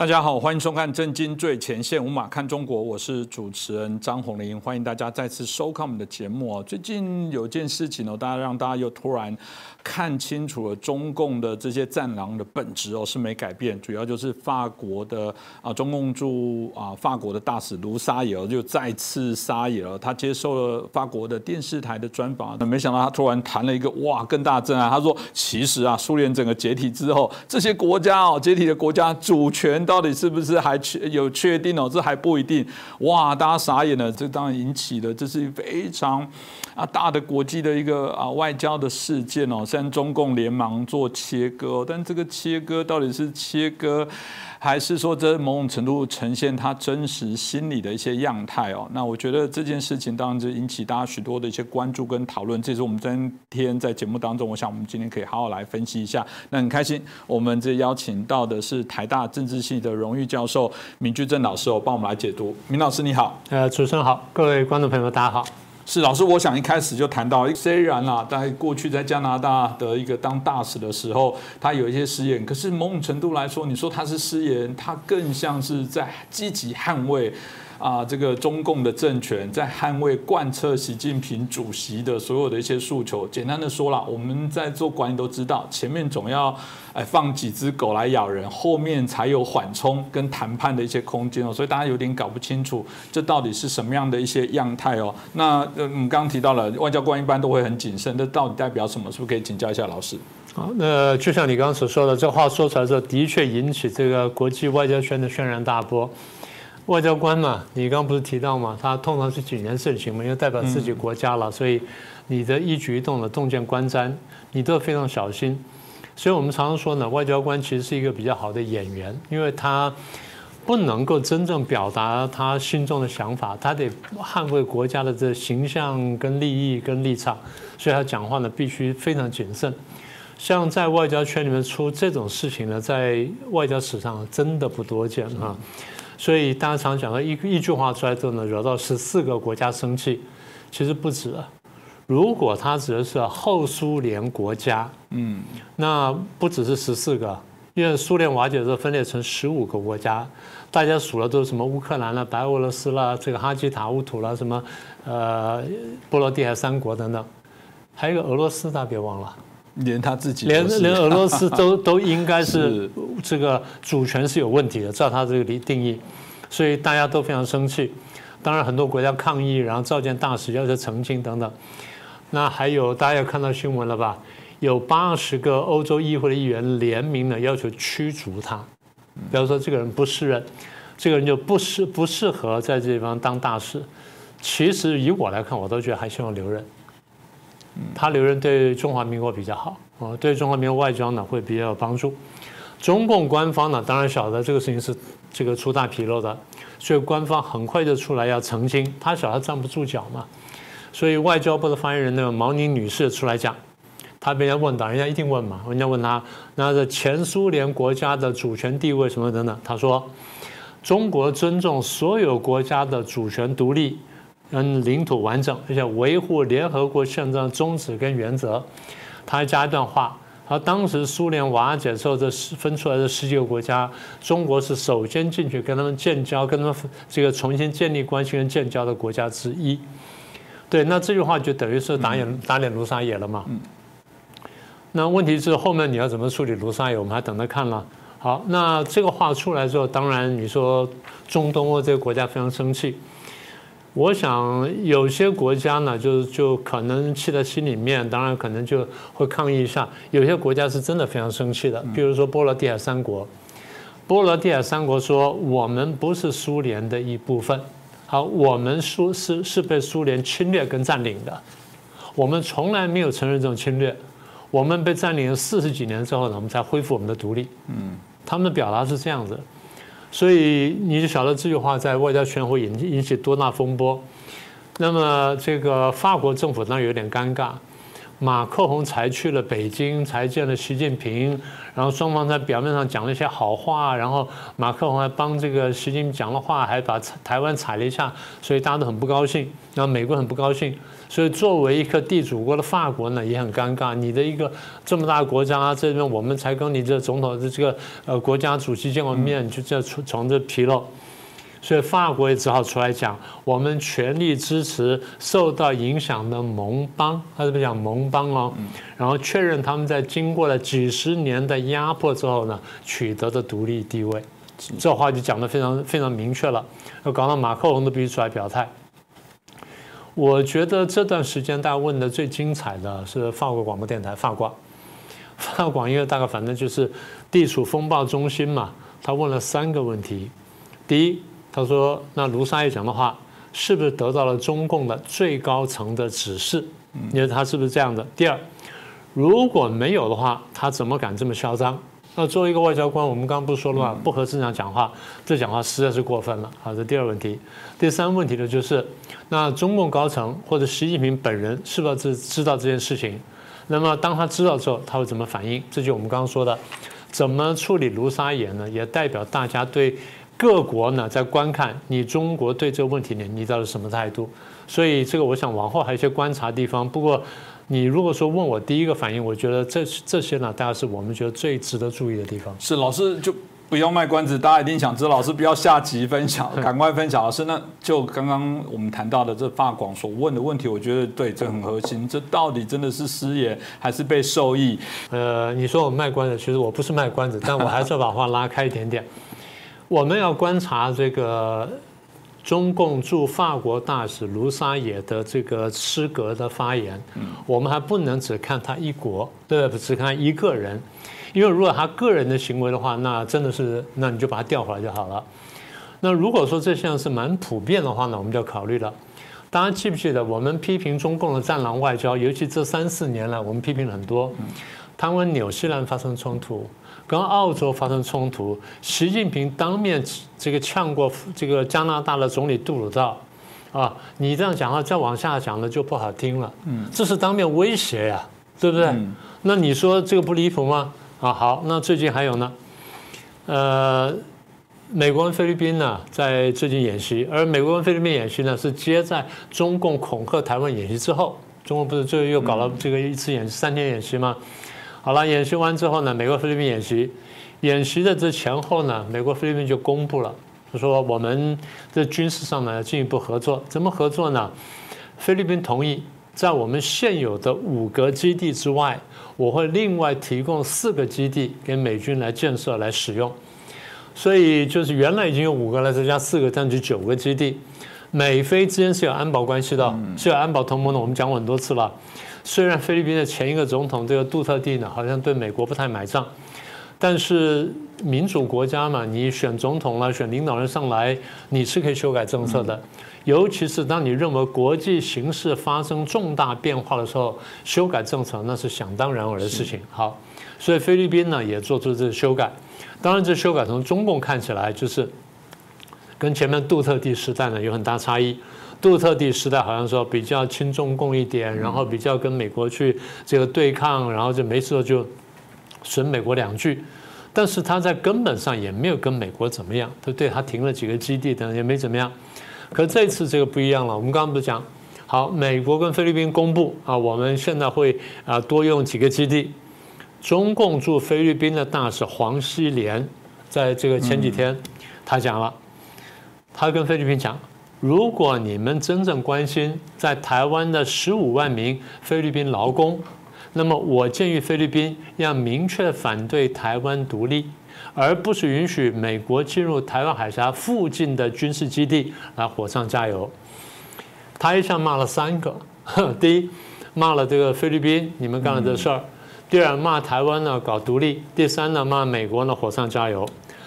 大家好，欢迎收看《震惊最前线》，无马看中国，我是主持人张宏林，欢迎大家再次收看我们的节目哦。最近有件事情哦，让大家又突然看清楚了中共的这些战狼的本质哦，是没改变，主要就是法国的中共驻法国的大使卢沙野就再次撒野了。他接受了法国的电视台的专访，没想到他突然谈了一个更大的震撼。他说，其实苏联整个解体之后，这些国家解体的国家主权到底是不是还有确定哦？这还不一定。大家傻眼了，这当然引起了这是非常大的国际的一个外交的事件哦。虽然中共连忙做切割，但这个切割到底是切割，还是说这某种程度呈现他真实心理的一些样态哦？那我觉得这件事情当然就引起大家许多的一些关注跟讨论。这是我们今天在节目当中，我想我们今天可以好好来分析一下。那很开心，我们这邀请到的是台大政治系的荣誉教授闵居正老师帮我们来解读。闵老师你好。 主持人好，各位观众朋友大家好。 是老师，我想一开始就谈到，虽然在过去在加拿大的一个当大使的时候，他有一些失言，可是某种程度来说，你说他是失言，他更像是在积极捍卫这个中共的政权，在捍卫贯彻习近平主席的所有的一些诉求。简单的说啦，我们在做管理都知道，前面总要放几只狗来咬人，后面才有缓冲跟谈判的一些空间哦。所以大家有点搞不清楚，这到底是什么样的一些样态哦。那我们刚刚提到了，外交官一般都会很谨慎，这到底代表什么？是不是可以请教一下老师？ 好，那就像你刚刚所说的，这话说出来之后，的确引起这个国际外交圈的轩然大波。外交官嘛，你刚刚不是提到嘛，他通常是谨言慎行嘛，因为代表自己国家了，所以你的一举一动的洞见观瞻，你都非常小心。所以我们常常说呢，外交官其实是一个比较好的演员，因为他不能够真正表达他心中的想法，他得捍卫国家的这形象跟利益跟立场，所以他讲话呢必须非常谨慎。像在外交圈里面出这种事情呢，在外交史上真的不多见啊。所以大家常讲到一句话出来之后呢，惹到14个国家生气，其实不止啊。如果他指的是后苏联国家，那不只是14个，因为苏联瓦解之后分裂成15个国家，大家数了都是什么乌克兰啦、白俄罗斯啦、这个哈基塔乌土啦、什么波罗的海3国等等，还有一个俄罗斯，大家别忘了。 连他自己连俄罗斯都应该是这个主权是有问题的，照他这个定义，所以大家都非常生气。当然很多国家抗议，然后召见大使要求澄清等等。那还有大家也看到新闻了吧？有80个欧洲议会的议员联名呢，要求驱逐他。比方说这个人不适任，这个人就不适合在这地方当大使。其实以我来看，我都觉得还希望留任。他留任对中华民国比较好，对中华民国外交呢会比较有帮助。中共官方呢当然晓得这个事情是这个出大纰漏的，所以官方很快就出来要澄清。他晓得他站不住脚嘛，所以外交部的发言人呢毛宁女士出来讲，他被人家问到，人家一定问嘛，人家问他，那这前苏联国家的主权地位什么等等，他说中国尊重所有国家的主权独立。领土完整，而且维护联合国宪章宗旨跟原则。他还加一段话，他当时苏联瓦解之后，这分出来的10几个国家，中国是首先进去跟他们建交，跟他们这个重新建立关系跟建交的国家之一。对，那这句话就等于是打脸卢沙野了嘛。那问题是后面你要怎么处理卢沙野，我们还等着看了。好，那这个话出来之后，当然你说中东欧这个国家非常生气。我想有些国家呢，就可能气在心里面，当然可能就会抗议一下。有些国家是真的非常生气的，比如说波罗的海3国。波罗的海3国说，我们不是苏联的一部分，好，我们是被苏联侵略跟占领的，我们从来没有承认这种侵略。我们被占领了40几年之后呢，我们才恢复我们的独立。他们的表达是这样子。所以你就晓得这句话在外交圈会引起多大风波。那么这个法国政府当然有点尴尬。 马克宏才去了北京，才见了习近平，然后双方在表面上讲了一些好话，然后马克宏还帮这个习近平讲了话，还把台湾踩了一下，所以大家都很不高兴，然后美国很不高兴，所以作为一个地主国的法国呢也很尴尬，你的一个这么大的国家，这边我们才跟你这总统的这个国家主席见过面，就这从这纰漏。所以法国也只好出来讲，我们全力支持受到影响的盟邦，他这边讲盟邦哦，然后确认他们在经过了几十年的压迫之后呢，取得的独立地位。这话就讲得非常明确了，要搞到马克宏都必须出来表态。我觉得这段时间大家问的最精彩的是法国广播电台法广，因为大概反正就是地处风暴中心嘛，他问了3个问题，第一。他说：“那卢沙野讲的话是不是得到了中共的最高层的指示？因为他是不是这样的？第二，如果没有的话，他怎么敢这么嚣张？那作为一个外交官，我们刚刚不是说了吗？不合正常讲话，这讲话实在是过分了。好，这第二问题。第3问题呢，就是那中共高层或者习近平本人是不是知道这件事情？那么当他知道之后，他会怎么反应？这就是我们刚刚说的，怎么处理卢沙野呢？也代表大家对。”各国呢在观看你中国对这个问题呢，你到底什么态度？所以这个我想往后还有一些观察地方。不过你如果说问我第一个反应，我觉得这些呢，大概是我们觉得最值得注意的地方。 是老师就不要卖关子，大家一定想知道，老师不要下集分享，赶快分享。老师，那就刚刚我们谈到的这法广所问的问题，我觉得对，这很核心。这到底真的是失言还是被受益？ 你说我卖关子，其实我不是卖关子，但我还是要把话拉开一点点。我们要观察这个中共驻法国大使卢沙野的这个失格的发言，我们还不能只看他一国，对不对？只看一个人，因为如果他个人的行为的话，那真的是，那你就把他调回来就好了。那如果说这项是蛮普遍的话呢，我们就要考虑了。大家记不记得我们批评中共的战狼外交，尤其这3、4年来，我们批评了很多，他们跟纽西兰发生冲突。跟澳洲发生冲突，习近平当面这个呛过这个加拿大的总理杜鲁道，啊，你这样讲话再往下讲的就不好听了，这是当面威胁呀，对不对？那你说这个不离谱吗？啊，好，那最近还有呢，美国跟菲律宾呢在最近演习，而美国跟菲律宾演习呢是接在中共恐吓台湾演习之后，中共不是最后又搞了这个一次演习3天演习吗？好了，演习完之后呢，美国菲律宾演习的这前后呢，美国菲律宾就公布了，就说我们在军事上呢进一步合作。怎么合作呢？菲律宾同意在我们现有的5个基地之外，我会另外提供4个基地给美军来建设来使用。所以就是原来已经有5个了，再加4个，这样就9个基地。美菲之间是有安保关系的，是有安保同盟的，我们讲过很多次了。虽然菲律宾的前一个总统这个杜特地呢，好像对美国不太买账，但是民主国家嘛，你选总统了，选领导人上来，你是可以修改政策的。尤其是当你认为国际形势发生重大变化的时候，修改政策那是想当然尔的事情。好，所以菲律宾呢也做出这个修改。当然，这修改从中共看起来就是跟前面杜特地时代呢有很大差异。杜特地时代好像说比较亲中共一点，然后比较跟美国去这个对抗，然后就没事就损美国2句，但是他在根本上也没有跟美国怎么样，对他停了几个基地等也没怎么样。可这次这个不一样了，我们刚刚不是讲，好，美国跟菲律宾公布啊，我们现在会多用几个基地。中共驻菲律宾的大使黄希濂在这个前几天，他讲了，他跟菲律宾讲。如果你们真正关心在台湾的15万名菲律宾劳工，那么我建议菲律宾要明确反对台湾独立，而不是允许美国进入台湾海峡附近的军事基地来火上加油。他一下骂了3个，第一骂了这个菲律宾你们干了这事儿，第二骂台湾呢搞独立，第3呢骂美国呢火上加油。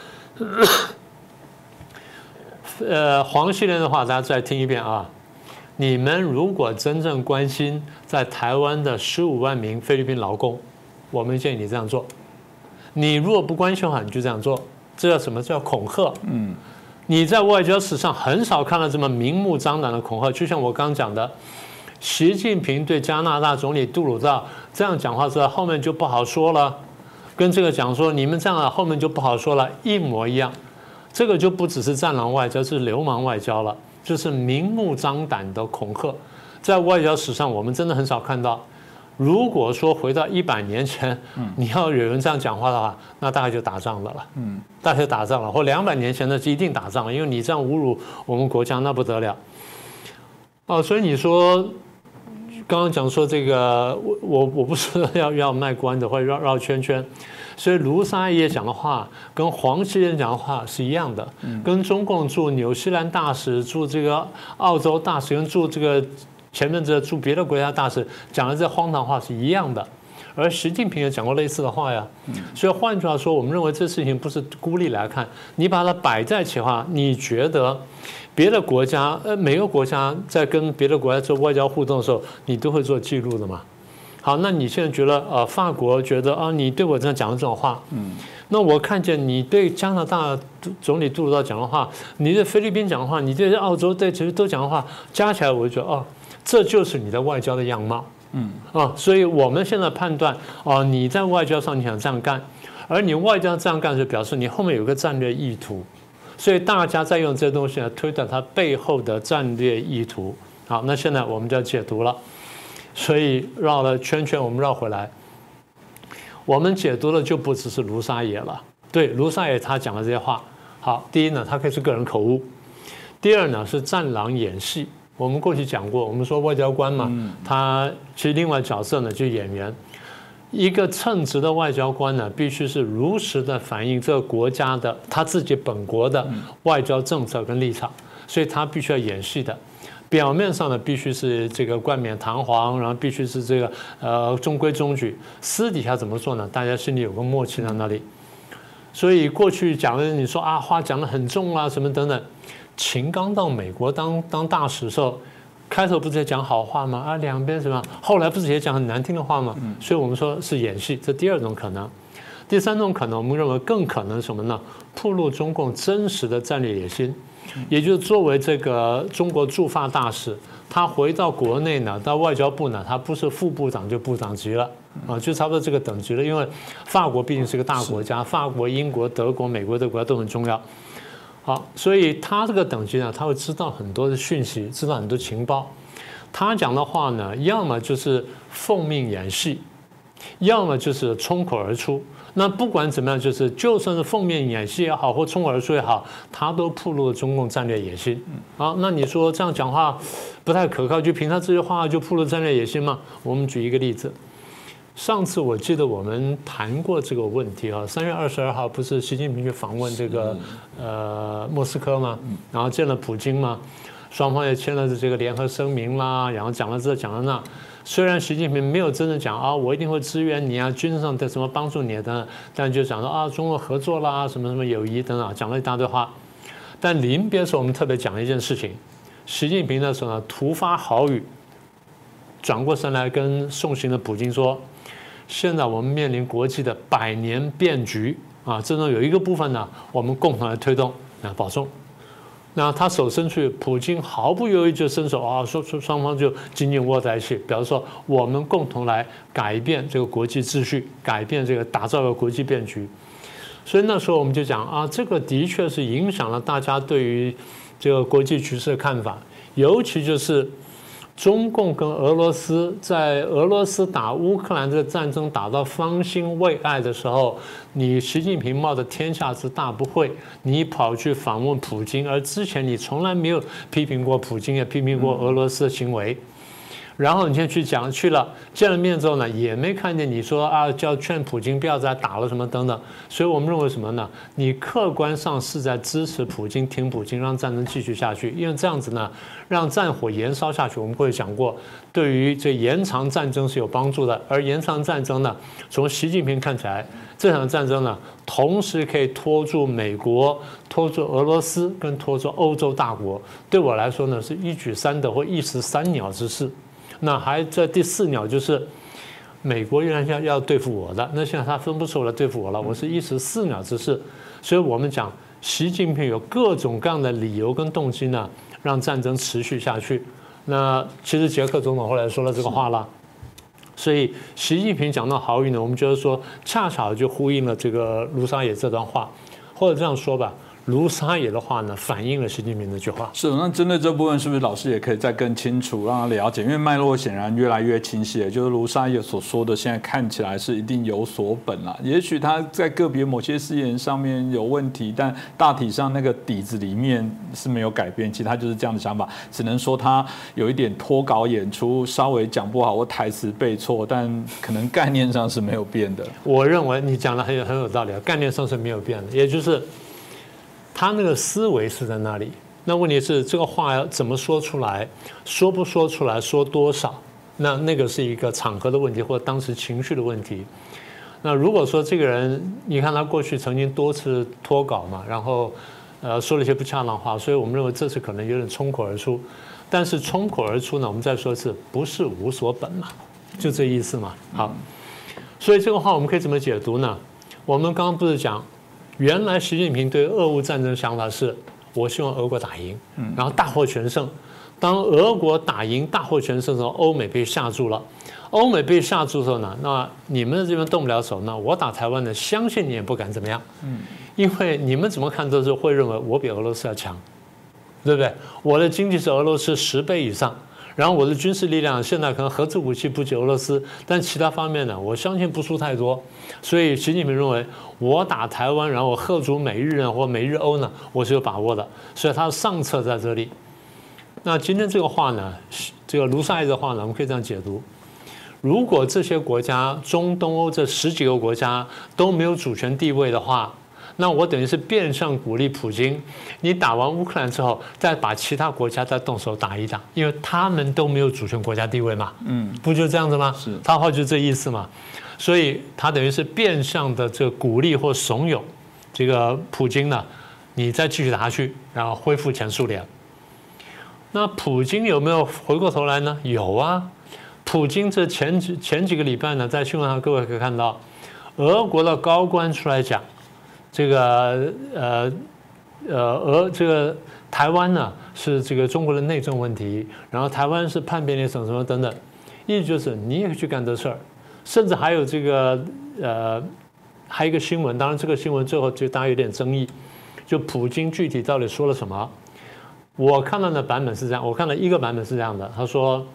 黄希濂的话，大家再听一遍啊！你们如果真正关心在台湾的15万名菲律宾劳工，我们建议你这样做。你如果不关心的话，你就这样做。这叫什么？叫恐吓。你在外交史上很少看到这么明目张胆的恐吓。就像我刚讲的， 习近平对加拿大总理杜鲁道这样讲话之后，后面就不好说了，跟这个讲说你们这样后面就不好说了，一模一样。这个就不只是战狼外交，是流氓外交了，就是明目张胆的恐吓。在外交史上，我们真的很少看到。如果说回到100年前，你要有人这样讲话的话，那大概就打仗的了。大概就打仗了，或200年前的是一定打仗了，因为你这样侮辱我们国家，那不得了。所以你说刚刚讲说这个，我不是要卖关子或者绕圈圈。所以卢沙野讲的话跟黄奇仁讲的话是一样的，跟中共驻纽西兰大使、驻这个澳洲大使跟驻这个前面这驻别的国家大使讲的这荒唐话是一样的。而习近平也讲过类似的话呀。所以换句话说，我们认为这事情不是孤立来看，你把它摆在一起的话，你觉得别的国家每个国家在跟别的国家做外交互动的时候，你都会做记录的嘛？好，那你现在觉得法国觉得你对我这样讲的这种话，那我看见你对加拿大总理杜鲁道讲的话，你对菲律宾讲的话，你对澳洲对其实都讲的话，加起来我就觉得这就是你的外交的样貌，所以我们现在判断你在外交上你想这样干，而你外交这样干就表示你后面有个战略意图，所以大家在用这些东西来推断它背后的战略意图。好，那现在我们就要解读了。所以绕了圈圈，我们绕回来，我们解读的就不只是卢沙野了。对，卢沙野他讲的这些话，好，第一呢，他可以是个人口误；第二呢，是战狼演戏。我们过去讲过，我们说外交官嘛，他其实另外角色呢就是演员。一个称职的外交官呢，必须是如实的反映这个国家的他自己本国的外交政策跟立场，所以他必须要演戏的。表面上呢，必须是这个冠冕堂皇，然后必须是这个中规中矩。私底下怎么做呢？大家心里有个默契在那里。所以过去讲的，你说话讲得很重啊，什么等等。秦刚到美国当大使的时候，开头不是也讲好话吗？两边什么？后来不是也讲很难听的话吗？所以我们说是演戏，这第二种可能。第三种可能，我们认为更可能是什么呢？暴露中共真实的战略野心。也就是作为这个中国驻法大使，他回到国内呢，到外交部呢，他不是副部长就部长级了就差不多这个等级了。因为法国毕竟是个大国家，法国、英国、德国、美国的国家都很重要。好，所以他这个等级呢，他会知道很多的讯息，知道很多情报。他讲的话呢，要么就是奉命演戏，要么就是冲口而出。那不管怎么样，就算是奉面演戏也好，或冲口而出也好，他都暴露了中共战略野心。好，那你说这样讲话不太可靠，就凭他这句话就暴露战略野心吗？我们举一个例子，上次我记得我们谈过这个问题3月22号不是习近平去访问这个莫斯科吗？然后见了普京吗？双方也签了这个联合声明啦，然后讲了这讲了那。虽然习近平没有真的讲我一定会支援你军事上的什么帮助你等，但就讲说中俄合作啦，什么什么友谊等等，讲了一大堆话。但临别的时候，我们特别讲了一件事情，习近平那时候呢突发豪语，转过身来跟送行的普京说，现在我们面临国际的100年变局这中有一个部分呢，我们共同来推动，保重。那他手伸出去，普京毫不犹豫就伸手双方就紧紧握在一起，表示说我们共同来改变这个国际秩序，改变这个打造个国际变局。所以那时候我们就讲这个的确是影响了大家对于这个国际局势的看法，尤其就是中共跟俄罗斯在俄罗斯打乌克兰这个战争打到方兴未艾的时候，你习近平冒着天下之大不讳，你跑去访问普京，而之前你从来没有批评过普京，也批评过俄罗斯的行为。然后你先去讲去了，见了面之后呢，也没看见你说叫劝普京不要再打了什么等等。所以我们认为什么呢？你客观上是在支持普京，挺普京，让战争继续下去。因为这样子呢，让战火延烧下去。我们过去讲过，对于这延长战争是有帮助的。而延长战争呢，从习近平看起来，这场战争呢，同时可以拖住美国、拖住俄罗斯跟拖住欧洲大国。对我来说呢，是一举三得或一石三鸟之势。那还在第4鸟就是美国原来要对付我的，那现在他分不出来对付我了，我是一石4鸟之势。所以我们讲习近平有各种各样的理由跟动机呢，让战争持续下去。 那其实捷克总统后来说了这个话了。所以习近平讲到豪语呢，我们觉得说恰巧就呼应了这个卢沙野这段话，或者这样说吧，卢沙野的话呢，反映了习近平那句话。 是，那针对这部分，是不是老师也可以再更清楚让他了解？因为脉络显然越来越清晰了，就是卢沙野所说的，现在看起来是一定有所本啦。也许他在个别某些誓言上面有问题，但大体上那个底子里面是没有改变。其实他就是这样的想法，只能说他有一点脱稿演出，稍微讲不好或台词背错，但可能概念上是没有变的。 我认为你讲的很有道理，概念上是没有变的，也就是他那个思维是在那里。那问题是这个话要怎么说出来，说不说出来，说多少，那个是一个场合的问题，或者当时情绪的问题。那如果说这个人，你看他过去曾经多次脱稿嘛，然后说了一些不恰当话，所以我们认为这次可能有点冲口而出。但是冲口而出呢，我们再说一次，不是无所本嘛，就这意思嘛。好，所以这个话我们可以怎么解读呢？我们刚刚不是讲，原来习近平对俄乌战争的想法是，我希望俄国打赢，然后大获全胜。当俄国打赢大获全胜的时候，欧美被吓住了。欧美被吓住的时候呢，那你们这边动不了手，那我打台湾呢，相信你也不敢怎么样，因为你们怎么看都是会认为我比俄罗斯要强，对不对？我的经济是俄罗斯10倍以上，然后我的军事力量现在可能核子武器不及俄罗斯，但其他方面呢，我相信不输太多。所以习近平认为，我打台湾，然后我吓阻美日呢或美日欧呢，我是有把握的，所以他上策在这里。那今天这个话呢，这个卢沙野的话呢，我们可以这样解读：如果这些国家，中东欧这10几个国家都没有主权地位的话，那我等于是变相鼓励普京，你打完乌克兰之后，再把其他国家再动手打一打，因为他们都没有主权国家地位嘛，不就这样子吗？ 是， 他话就这意思嘛。所以他等于是变相的这个鼓励或怂恿这个普京呢，你再继续打下去，然后恢复前苏联。那普京有没有回过头来呢？有啊，普京这前几个礼拜呢，在新闻上各位可以看到，俄国的高官出来讲，这个这个台湾呢是这个中国的内政问题，然后台湾是叛变的什么等等，意思就是你也去干这事儿，甚至还有这个还有一个新闻，当然这个新闻最后就大家有点争议，就普京具体到底说了什么？我看到的版本是这样，我看到一个版本是这样的，他说，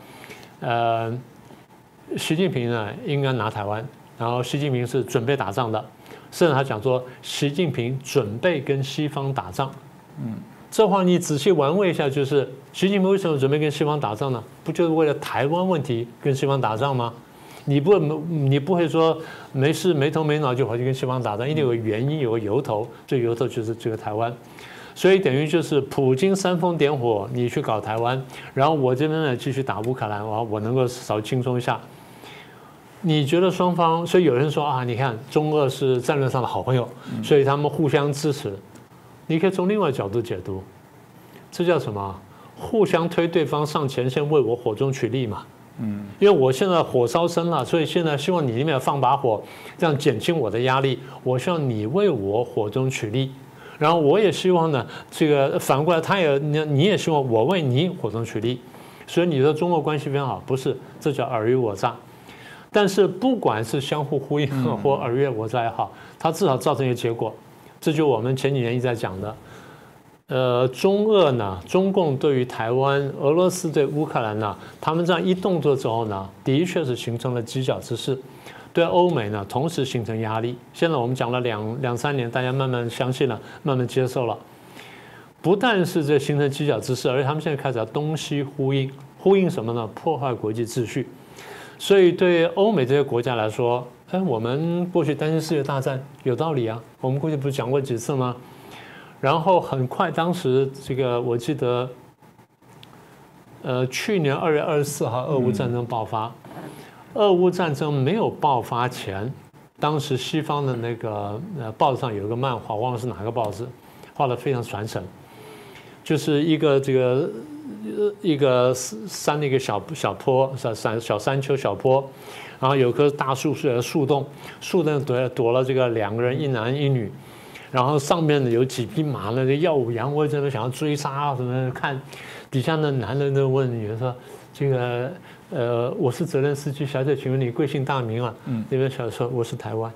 习近平呢应该拿台湾，然后习近平是准备打仗的，甚至他讲说习近平准备跟西方打仗。这话你仔细玩味一下，就是习近平为什么准备跟西方打仗呢？不就是为了台湾问题跟西方打仗吗？你不会说没事没头没脑就跑去跟西方打仗，一定有个原因，有个由头，这个由头就是这个台湾。所以等于就是普京煽风点火，你去搞台湾，然后我这边呢继续打乌克兰，我能够稍轻松一下。你觉得双方？所以有人说啊，你看中俄是战略上的好朋友，所以他们互相支持。你可以从另外角度解读，这叫什么？互相推对方上前线，为我火中取栗嘛。因为我现在火烧身了，所以现在希望你那边放把火，这样减轻我的压力。我希望你为我火中取栗。然后我也希望呢，这个反过来，你也希望我为你火中取栗，所以你的中俄关系非常好，不是？这叫尔虞我诈。但是不管是相互呼应或尔虞我诈也好，它至少造成一个结果，这就我们前几年一直在讲的。中俄呢，中共对于台湾，俄罗斯对乌克兰呢，他们这样一动作之后呢，的确是形成了犄角之势。对欧美呢，同时形成压力。现在我们讲了两三年，大家慢慢相信了，慢慢接受了。不但是这形成犄角之势，而且他们现在开始要东西呼应，呼应什么呢？破坏国际秩序。所以对欧美这些国家来说，我们过去担心世界大战有道理啊，我们过去不是讲过几次吗？然后很快，当时这个我记得，去年2月24号，俄乌战争爆发。俄乌战争没有爆发前，当时西方的那个报纸上有一个漫画，忘了是哪个报纸，画得非常传神，就是一个山的一个小坡，小山丘小坡，然后有棵大树树洞，树洞躲了这个2个人，一男一女，然后上面呢有几匹马呢，耀武扬威，在那想要追杀什么看。 底下的男人都问女人说：“这个我是泽连斯基小姐，请问你贵姓大名啊？”那边小姐说：“我是台湾。”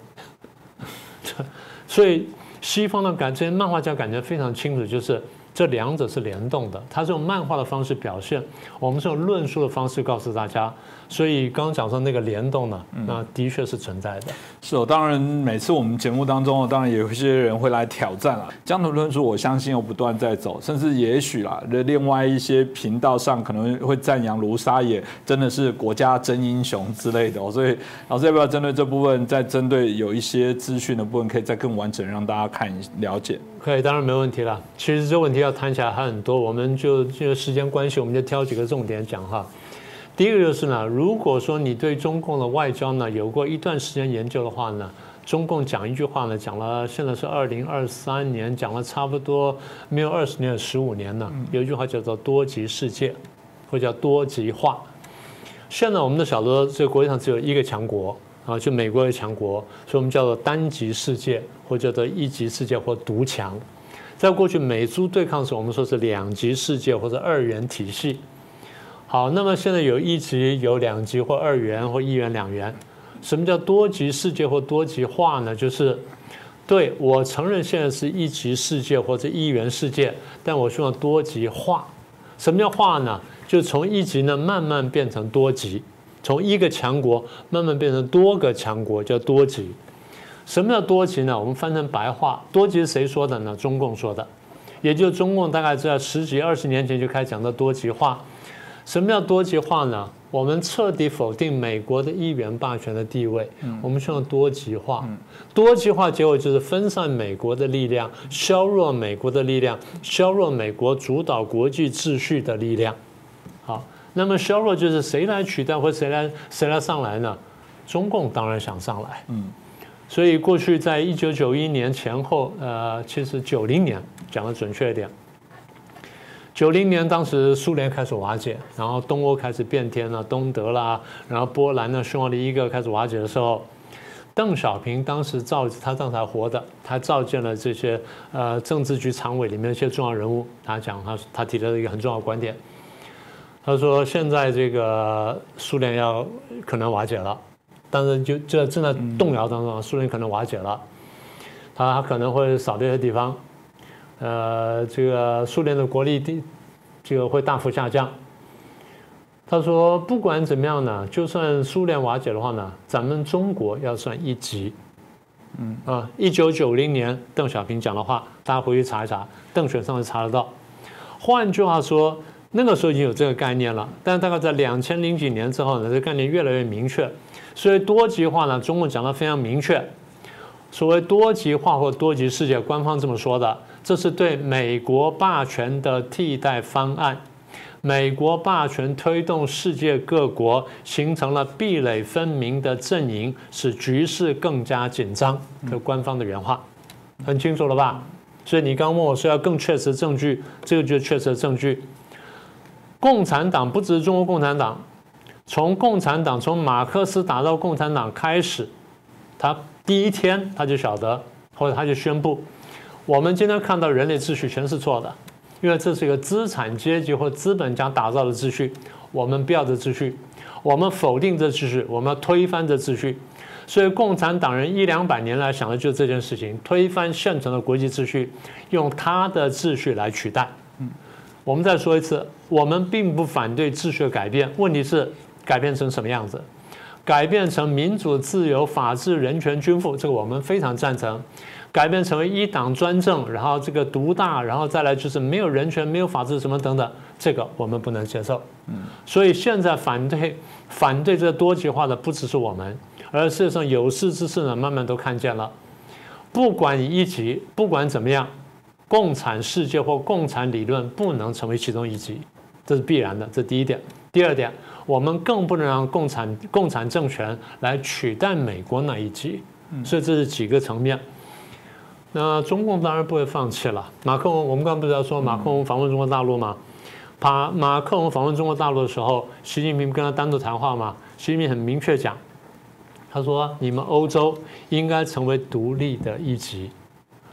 所以西方的这些漫画家感觉非常清楚，就是这两者是联动的。他是用漫画的方式表现，我们是用论述的方式告诉大家。所以刚刚讲说那个联动呢，那的确是存在的。 是哦，当然每次我们节目当中，当然有一些人会来挑战啦。这样的论述，我相信又不断在走，甚至也许啦，另外一些频道上可能会赞扬卢沙野真的是国家真英雄之类的。所以老师要不要针对这部分，再针对有一些资讯的部分，可以再更完整让大家看了解？ 可以，当然没问题了。其实这问题要谈起来还很多，我们就时间关系，我们就挑几个重点讲哈。第一个就是呢，如果说你对中共的外交呢有过一段时间研究的话呢，中共讲一句话呢，讲了现在是2023年，讲了差不多没有20年15年了。有一句话叫做多极世界，或叫多极化。现在我们都晓得这个国际上只有一个强国啊，就美国的强国，所以我们叫做单极世界，或叫做一极世界或独强。在过去美苏对抗时，我们说是两极世界或者二元体系。好，那么现在有一极、有两极或二元或一元、两元。什么叫多极世界或多极化呢？就是对我承认现在是一极世界或者一元世界，但我希望多极化。什么叫化呢？就从一极呢慢慢变成多极，从一个强国慢慢变成多个强国，叫多极。什么叫多极呢？我们翻成白话，多极是谁说的呢？中共说的，也就是中共大概在10几20年前就开始讲到多极化。什么叫多极化呢？我们彻底否定美国的一元霸权的地位，我们希望多极化。多极化结果就是分散美国的力量，削弱美国的力量，削弱美国主导国际秩序的力量。好，那么削弱就是谁来取代或谁来上来呢？中共当然想上来。所以过去在1991年前后，其实90年讲得准确一点。90年，当时苏联开始瓦解，然后东欧开始变天了，东德啦，然后波兰呢，匈牙利一个开始瓦解的时候，邓小平当时他当时还活的，他召见了这些政治局常委里面的一些重要人物，他提了一个很重要的观点，他说现在这个苏联可能瓦解了，但是就正在动摇当中，苏联可能瓦解了，他可能会少了一些地方。这个苏联的国力这个会大幅下降。他说，不管怎么样呢，就算苏联瓦解的话呢，咱们中国要算一极。1990年邓小平讲的话，大家回去查一查，邓选上是查得到。换句话说，那个时候已经有这个概念了，但大概在2000几年之后呢，这个概念越来越明确。所以多极化呢，中共讲得非常明确。所谓多极化或多极世界，官方这么说的，这是对美国霸权的替代方案。美国霸权推动世界各国形成了壁垒分明的阵营，使局势更加紧张。这官方的原话，很清楚了吧？所以你刚问我说要更确实的证据，这个就是确实的证据。共产党不只是中国共产党，从马克思打造共产党开始，他第一天他就晓得，或者他就宣布，我们今天看到人类秩序全是错的，因为这是一个资产阶级或资本家打造的秩序，我们不要这秩序，我们否定这秩序，我们要推翻这秩序。所以共产党人100-200年来想的就是这件事情，推翻现存的国际秩序，用他的秩序来取代。我们再说一次，我们并不反对秩序的改变，问题是改变成什么样子？改变成民主、自由、法治、人权、均富，这个我们非常赞成。改变成为一党专政，然后这个独大，然后再来就是没有人权、没有法治什么等等，这个我们不能接受。所以现在反对这个多极化的不只是我们，而事实上有识之士呢，慢慢都看见了。不管你一极，不管怎么样，共产世界或共产理论不能成为其中一极，这是必然的。这第一点。第二点，我们更不能让共产政权来取代美国那一极。所以这是几个层面。那中共当然不会放弃了。马克龙，我们刚刚不是要说马克龙访问中国大陆吗？马克龙访问中国大陆的时候，习近平跟他单独谈话嘛，习近平很明确讲，他说你们欧洲应该成为独立的一极，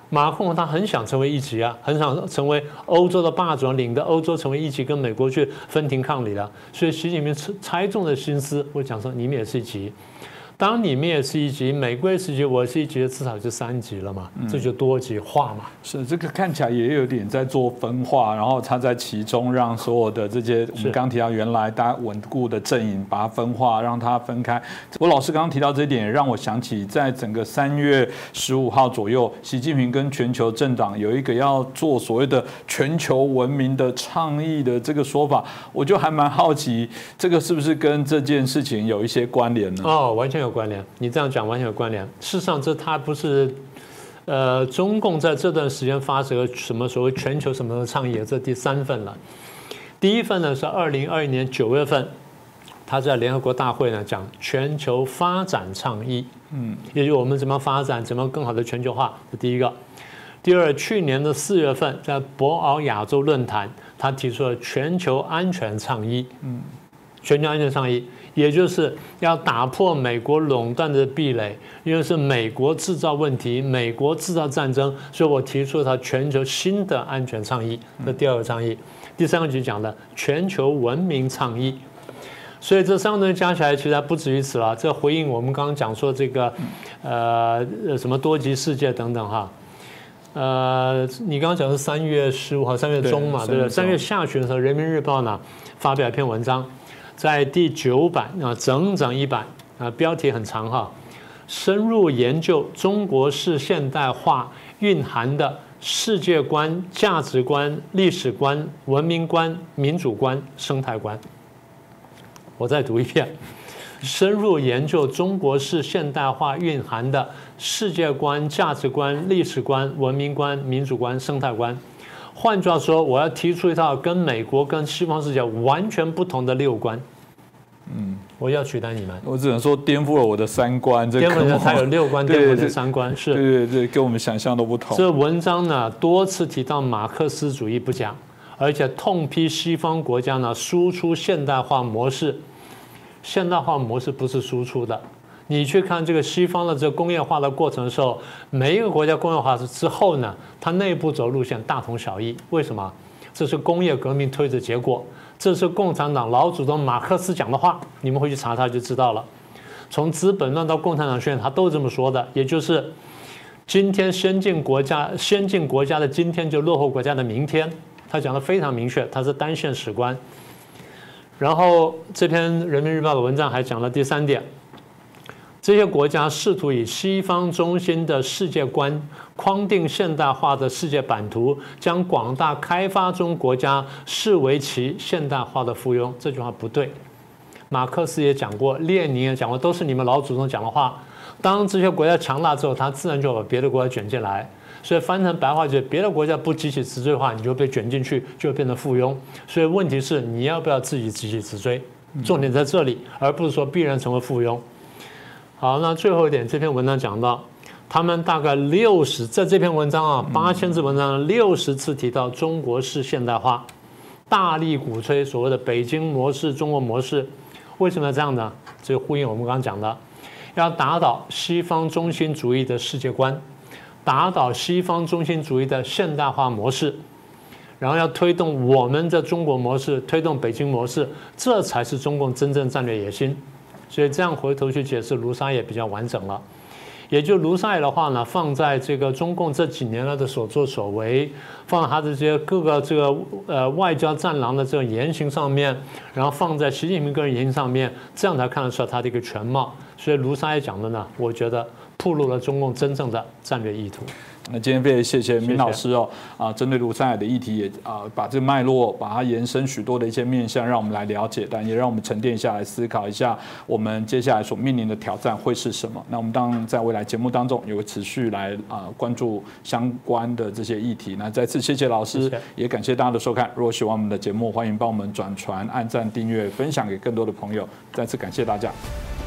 马克龙他很想成为一极啊，很想成为欧洲的霸主，领着欧洲成为一极，跟美国去分庭抗礼了。所以习近平猜中了心思，我讲说你们也是一极。当你们也是一级，美国也是一级，我是一级，至少就3级了嘛，这就多极化嘛。 是这个看起来也有点在做分化，然后他在其中让所有的这些我们刚提到原来大家稳固的阵营把它分化，让它分开。我老师刚刚提到这一点，也让我想起在整个3月15号左右，习近平跟全球政党有一个要做所谓的全球文明的倡议的这个说法，我就还蛮好奇，这个是不是跟这件事情有一些关联呢？ 哦，完全有关联。你这样讲完全有关联。事实上，它不是，中共在这段时间发生了什么所谓全球什么的倡议，这第3份了。第1份呢是2021年9月份，他在联合国大会呢讲全球发展倡议，也就是我们怎么发展，怎么更好的全球化，这第一个。第二，去年的4月份，在博鳌亚洲论坛，他提出了全球安全倡议，全球安全倡议。也就是要打破美国垄断的壁垒，因为是美国制造问题，美国制造战争，所以我提出了它全球新的安全倡议，这第2个倡议。第3个就讲的全球文明倡议。所以这3个东西加起来，其实还不止于此了。这回应我们刚刚讲说这个什么多极世界等等哈。你刚刚讲的是3月15号，3月中嘛，对不对？3月下旬的时候，《人民日报》呢发表一篇文章。在第9版啊，整1版啊，标题很长哈，深入研究中国式现代化蕴含的世界观、价值观、历史观、文明观、民主观、生态观。我再读一遍，深入研究中国式现代化蕴含的世界观、价值观、历史观、文明观、民主观、生态观。换句话说，我要提出一套跟美国、跟西方世界完全不同的6观。我要取代你们。 我只能说颠覆了我的3观。 颠覆了它有6观，颠覆了3观，是。 对，跟我们想象都不同。 这文章呢多次提到马克思主义不讲，而且痛批西方国家呢输出现代化模式。现代化模式不是输出的。你去看这个西方的这个工业化的过程的时候，每一个国家工业化之后呢，它内部走路线大同小异。为什么？这是工业革命推的结果，这是共产党老祖宗马克思讲的话，你们回去查查就知道了。从《资本论》到《共产党宣言》，他都是这么说的，也就是今天先进国家的今天就落后国家的明天，他讲的非常明确，他是单线史观。然后这篇《人民日报》的文章还讲了第3点。这些国家试图以西方中心的世界观框定现代化的世界版图，将广大开发中国家视为其现代化的附庸。这句话不对。马克思也讲过，列宁也讲过，都是你们老祖宗讲的话。当这些国家强大之后，他自然就把别的国家卷进来。所以翻成白话就是别的国家不急起直追的话，你就被卷进去，就变成附庸。所以问题是你要不要自己急起直追，重点在这里，而不是说必然成为附庸。好，那最后一点，这篇文章讲到，他们大概在这篇文章啊，8000字文章60次提到中国式现代化，大力鼓吹所谓的北京模式、中国模式。为什么要这样呢？这呼应我们刚刚讲的，要打倒西方中心主义的世界观，打倒西方中心主义的现代化模式，然后要推动我们的中国模式，推动北京模式，这才是中共真正战略野心。所以这样回头去解释卢沙野比较完整了。也就卢沙野的话呢，放在这个中共这几年来的所作所为，放在他的这些各个这个外交战狼的这种言行上面，然后放在习近平个人言行上面，这样才看得出来他的一个全貌。所以卢沙野讲的呢，我觉得暴露了中共真正的战略意图。 那今天非常谢谢明老师哦，针对卢沙野的议题也把这个脉络把它延伸许多的一些面向，让我们来了解，但也让我们沉淀下来思考一下，我们接下来所面临的挑战会是什么。那我们当然在未来节目当中也会持续来关注相关的这些议题。那再次谢谢老师，也感谢大家的收看。如果喜欢我们的节目，欢迎帮我们转传、按赞、订阅、分享给更多的朋友。再次感谢大家。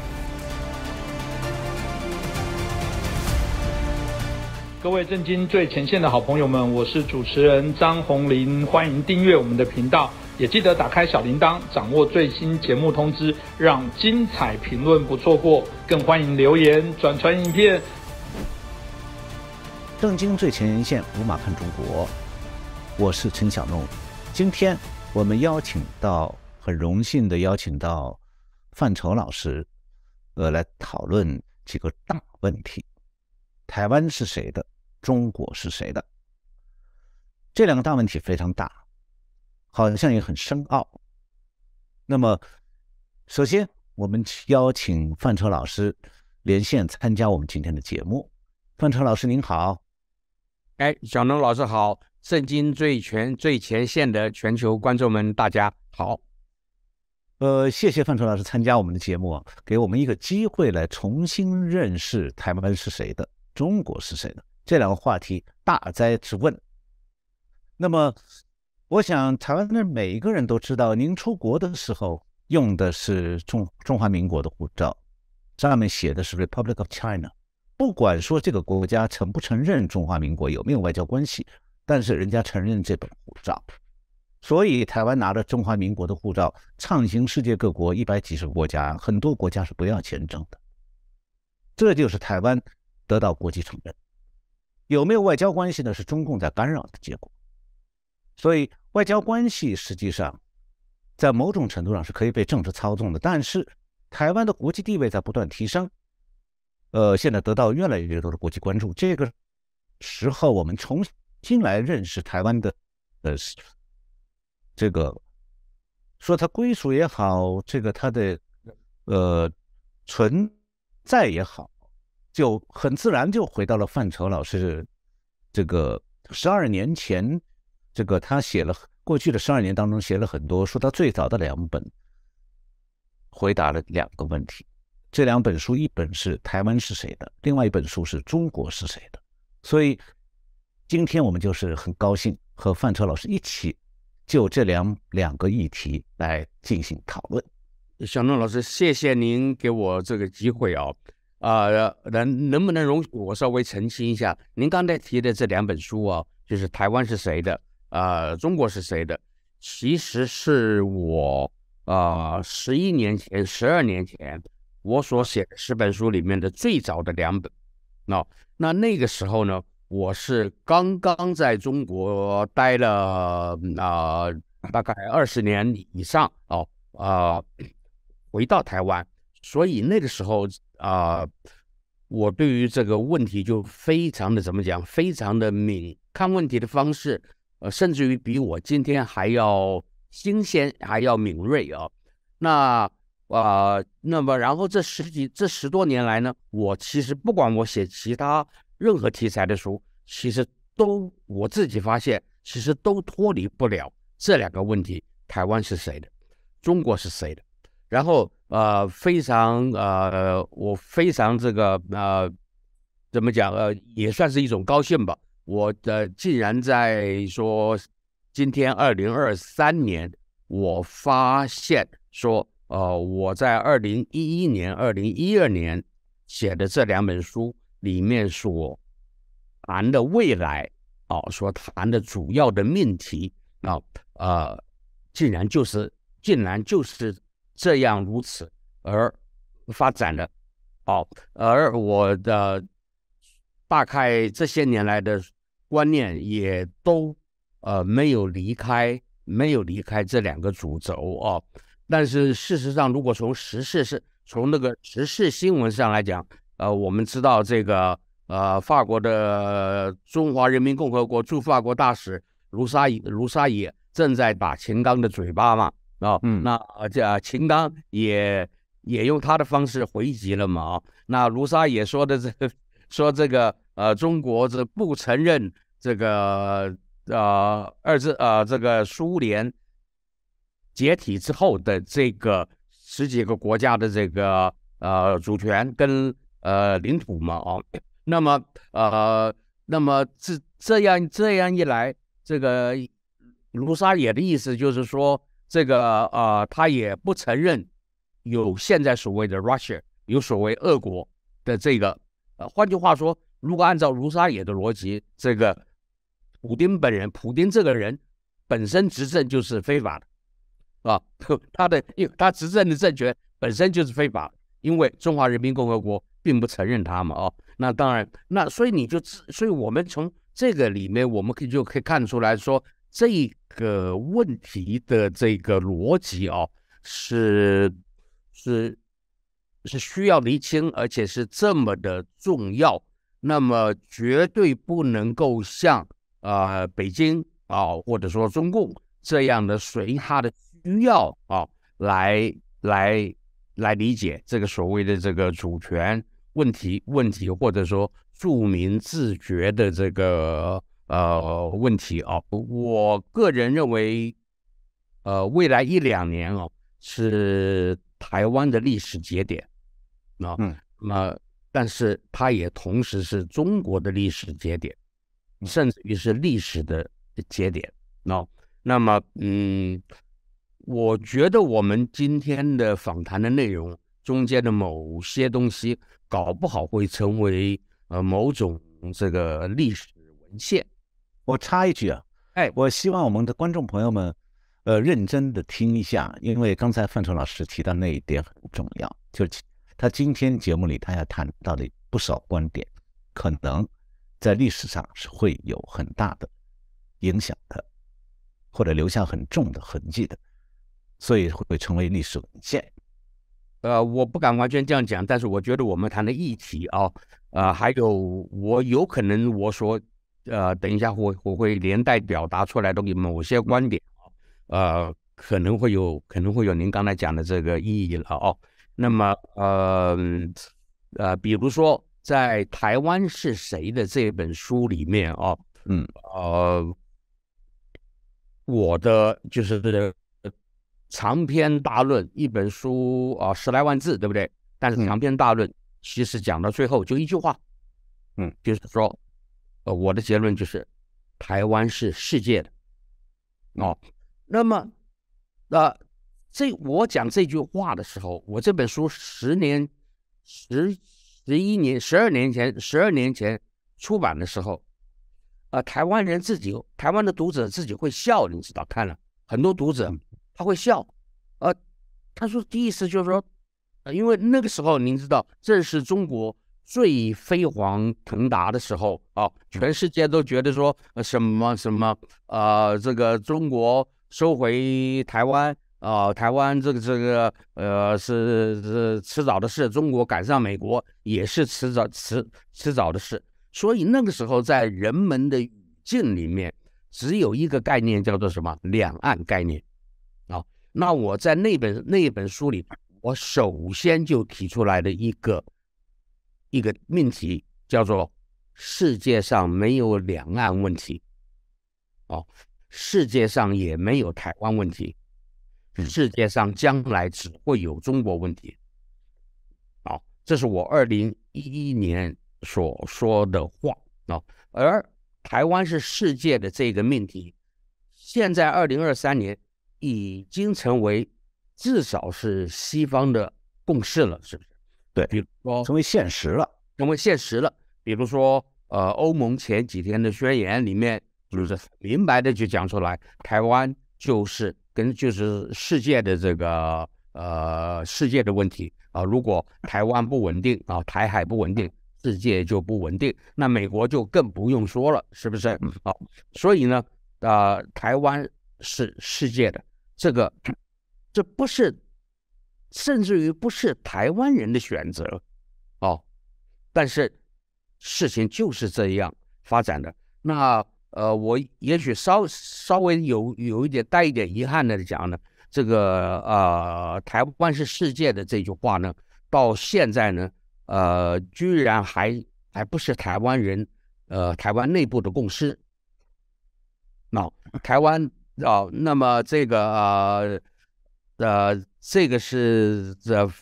各位震惊最前线的好朋友们，我是主持人张宏林，欢迎订阅我们的频道，也记得打开小铃铛，掌握最新节目通知，让精彩评论不错过。更欢迎留言、转传影片。 正经最前线，无马看中国，我是陈晓弄。今天我们很荣幸的邀请到范畴老师，来讨论几个大问题：台湾是谁的？中国是谁的？这两个大问题非常大，好像也很深奥。那么，首先我们邀请范畴老师连线参加我们今天的节目。范畴老师您好。 小农老师好，圣经最前线的全球观众们大家好。 谢谢范畴老师参加我们的节目，给我们一个机会来重新认识台湾是谁的，中国是谁的，这两个话题大哉之问。那么我想台湾的每一个人都知道，您出国的时候用的是中华民国的护照，上面写的是 Republic of China。不管说这个国家承不承认中华民国，有没有外交关系，但是人家承认这本护照，所以台湾拿着中华民国的护照畅行世界各国100几十个国家，很多国家是不要签证的。这就是台湾得到国际承认。有没有外交关系呢？是中共在干扰的结果。所以外交关系实际上在某种程度上是可以被政治操纵的，但是台湾的国际地位在不断提升。现在得到越来越多的国际关注，这个时候我们重新来认识台湾的，这个说它归属也好，这个它的存在也好，就很自然就回到了范畴老师这个12年前，这个他写了过去的12年当中写了很多，说他最早的2本回答了2个问题。这2本书，一本是台湾是谁的，另外一本书是中国是谁的。所以今天我们就是很高兴和范畴老师一起就这两个议题来进行讨论。 小弄老师，谢谢您给我这个机会能不能容许我稍微澄清一下？您刚才提的这2本书就是台湾是谁的，中国是谁的，其实是我11年前、12年前我所写的10本书里面的最早的2本。那个时候呢，我是刚刚在中国待了大概20年以上回到台湾，所以那个时候我对于这个问题就非常的非常的看问题的方式甚至于比我今天还要新鲜，还要敏锐那么然后这10多年来呢，我其实不管我写其他任何题材的书，其实我自己发现其实都脱离不了这2个问题：台湾是谁的，中国是谁的。然后我非常这个怎么讲也算是一种高兴吧。我竟然在说今天2023年，我发现说我在2011年、2012年写的这2本书里面所谈的未来所谈的主要的命题竟然就是这样如此而发展的而我的大概这些年来的观念也都没有离开这2个主轴但是事实上，如果从那个时事新闻上来讲，我们知道这个法国的中华人民共和国驻法国大使卢沙野正在打秦刚的嘴巴嘛那秦刚也用他的方式回击了嘛那卢沙野说这个中国这不承认这个这个苏联解体之后的这个10几个国家的这个主权跟领土嘛那么这样一来，这个卢沙野的意思就是说，这个他也不承认有现在所谓的 Russia， 有所谓俄国的这个换句话说，如果按照卢沙野的逻辑，这个普丁这个人本身执政就是非法的。他执政的政权本身就是非法的，因为中华人民共和国并不承认他嘛那当然，那所以所以我们从这个里面，我们就可以看出来说，这个问题的这个逻辑哦，是需要厘清，而且是这么的重要。那么绝对不能够像北京或者说中共这样的随他的需要来理解这个所谓的这个主权问题，或者说著民自决的这个问题我个人认为未来1-2年是台湾的历史节点但是它也同时是中国的历史节点，甚至于是历史的节点那么我觉得我们今天的访谈的内容中间的某些东西搞不好会成为某种这个历史文献。 我插一句我希望我们的观众朋友们认真的听一下，因为刚才范畴老师提到那一点很重要，就是他今天节目里他要谈到的不少观点，可能在历史上是会有很大的影响的，或者留下很重的痕迹的，所以会成为历史文献。 我不敢完全这样讲，但是我觉得我们谈的议题还有我有可能我所等一下我会连带表达出来的某些观点可能会有您刚才讲的这个意义了那么比如说在《台湾是谁》的这本书里面我的就是长篇大论，一本书10来万字，对不对？但是长篇大论其实讲到最后就一句话就是说我的结论就是台湾是世界的那么我讲这句话的时候，我这本书12年前出版的时候台湾的读者自己会笑，你知道，看了很多读者他会笑他说第一次就是说因为那个时候您知道这是中国最飞黄腾达的时候全世界都觉得说什么这个中国收回台湾台湾这个是迟早的事，中国赶上美国也是迟早的事。所以那个时候在人们的语境里面只有一个概念叫做什么两岸概念那我在那本书里，我首先就提出来的一个命题叫做世界上没有两岸问题世界上也没有台湾问题世界上将来只会有中国问题这是我2011年所说的话而台湾是世界的这个命题现在2023年已经成为至少是西方的共识了，是不是？ 对， 比如说成为现实了。 比如说欧盟前几天的宣言里面就是明白的就讲出来，台湾就是世界的这个世界的问题如果台湾不稳定台海不稳定，世界就不稳定，那美国就更不用说了，是不是？所以呢台湾是世界的，这不是，甚至于不是台湾人的选择但是事情就是这样发展的。那我也许稍微有一点带一点遗憾的讲呢，这个台湾是世界的这句话呢，到现在呢居然还不是台湾人台湾内部的共识。台湾那么这个这个是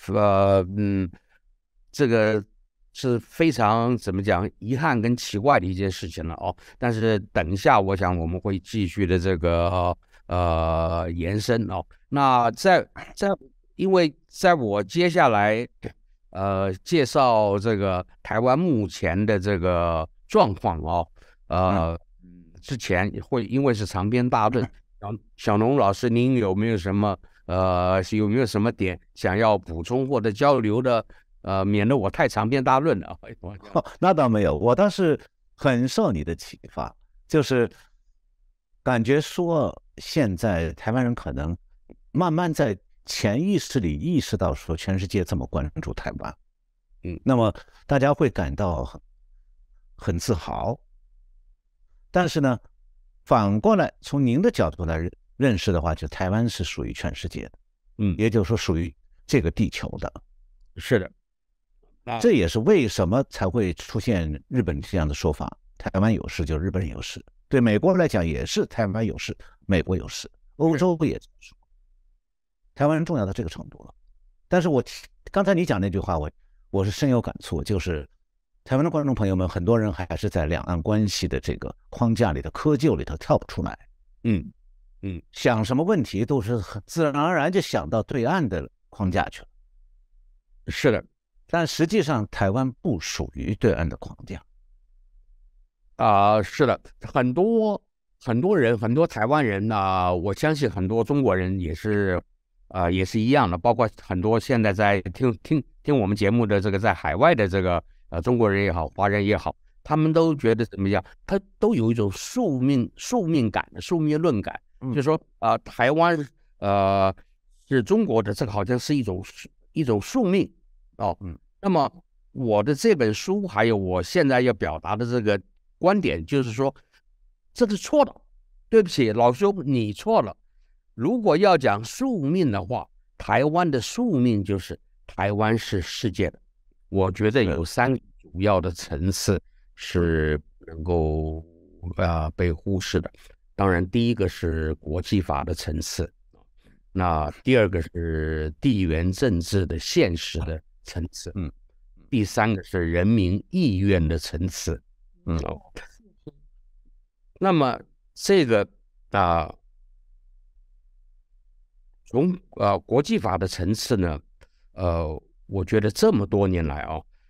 这个是非常怎么讲遗憾跟奇怪的一件事情了但是等一下我想我们会继续的这个延伸那因为在我接下来介绍这个台湾目前的这个状况之前会因为是长篇大论，小农老师您有没有什么点想要补充或者交流的免得我太长篇大论了。 那倒没有，我倒是很受你的启发，就是感觉说现在台湾人可能慢慢在潜意识里意识到说全世界这么关注台湾，那么大家会感到很自豪。但是呢，反过来从您的角度来认识的话，就台湾是属于全世界的，也就是说属于这个地球的。 是的， 这也是为什么才会出现日本这样的说法，台湾有事就日本人有事。对美国来讲也是台湾有事，美国有事，欧洲也这么说。台湾人重要到这个程度了。但是刚才你讲那句话，我是深有感触，就是台湾的观众朋友们，很多人还是在两岸关系的这个框架里头、窠臼里头跳不出来。想什么问题都是很自然而然就想到对岸的框架去了。 是的， 但实际上台湾不属于对岸的框架。 是的，很多人，很多台湾人呢，我相信很多中国人也是一样的，包括很多现在在听我们节目的这个在海外的这个中国人也好，华人也好，他们都觉得怎么样？他都有一种宿命感的宿命论感，就是说台湾是中国的，这个好像是一种宿命那么我的这本书还有我现在要表达的这个观点，就是说这是错的，对不起，老兄，你错了。如果要讲宿命的话，台湾的宿命就是台湾是世界的。我觉得有3个主要的层次是能够被忽视的。当然，第一个是国际法的层次，那第二个是地缘政治的现实的层次，第3个是人民意愿的层次。那么这个从国际法的层次呢，我觉得这么多年来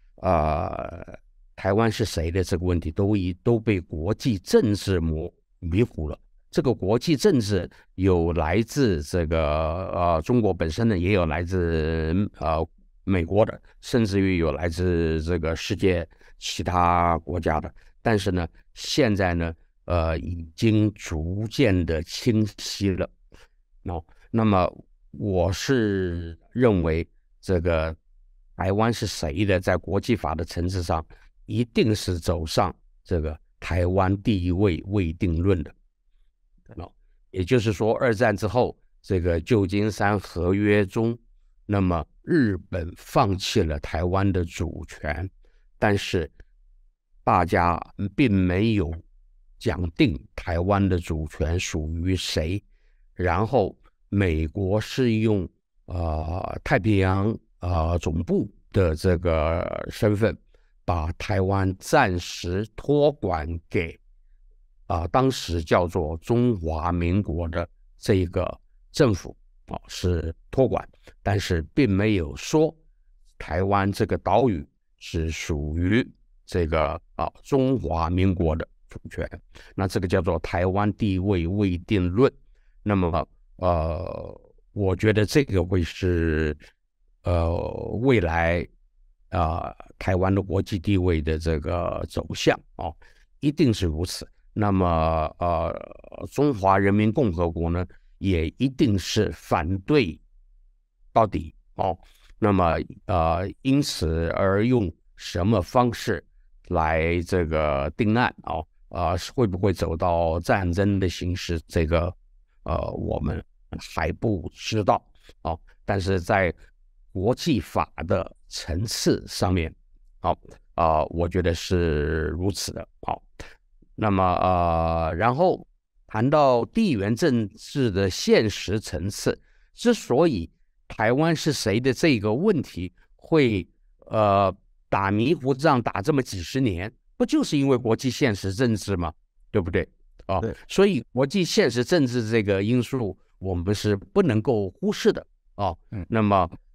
台湾是谁的这个问题都被国际政治迷糊了。这个国际政治有来自这个中国本身的，也有来自美国的，甚至于有来自这个世界其他国家的。但是呢，现在呢，已经逐渐的清晰了。那么我是认为这个台湾是谁的，在国际法的层次上，一定是走上这个台湾地位未定论的。也就是说，二战之后，这个旧金山合约中，那么日本放弃了台湾的主权，但是大家并没有讲定台湾的主权属于谁。然后美国是用太平洋总部的这个身份，把台湾暂时托管给当时叫做中华民国的这个政府是托管，但是并没有说台湾这个岛屿是属于这个中华民国的主权。那这个叫做台湾地位未定论。那么我觉得这个会是未来台湾的国际地位的这个走向一定是如此。那么中华人民共和国呢，也一定是反对到底那么因此而用什么方式来这个定案会不会走到战争的形式，这个我们还不知道但是在国际法的层次上面我觉得是如此的那么然后谈到地缘政治的现实层次，之所以台湾是谁的这个问题会打迷糊仗打这么几十年，不就是因为国际现实政治吗？对不对对， 所以国际现实政治这个因素我们是不能够忽视的那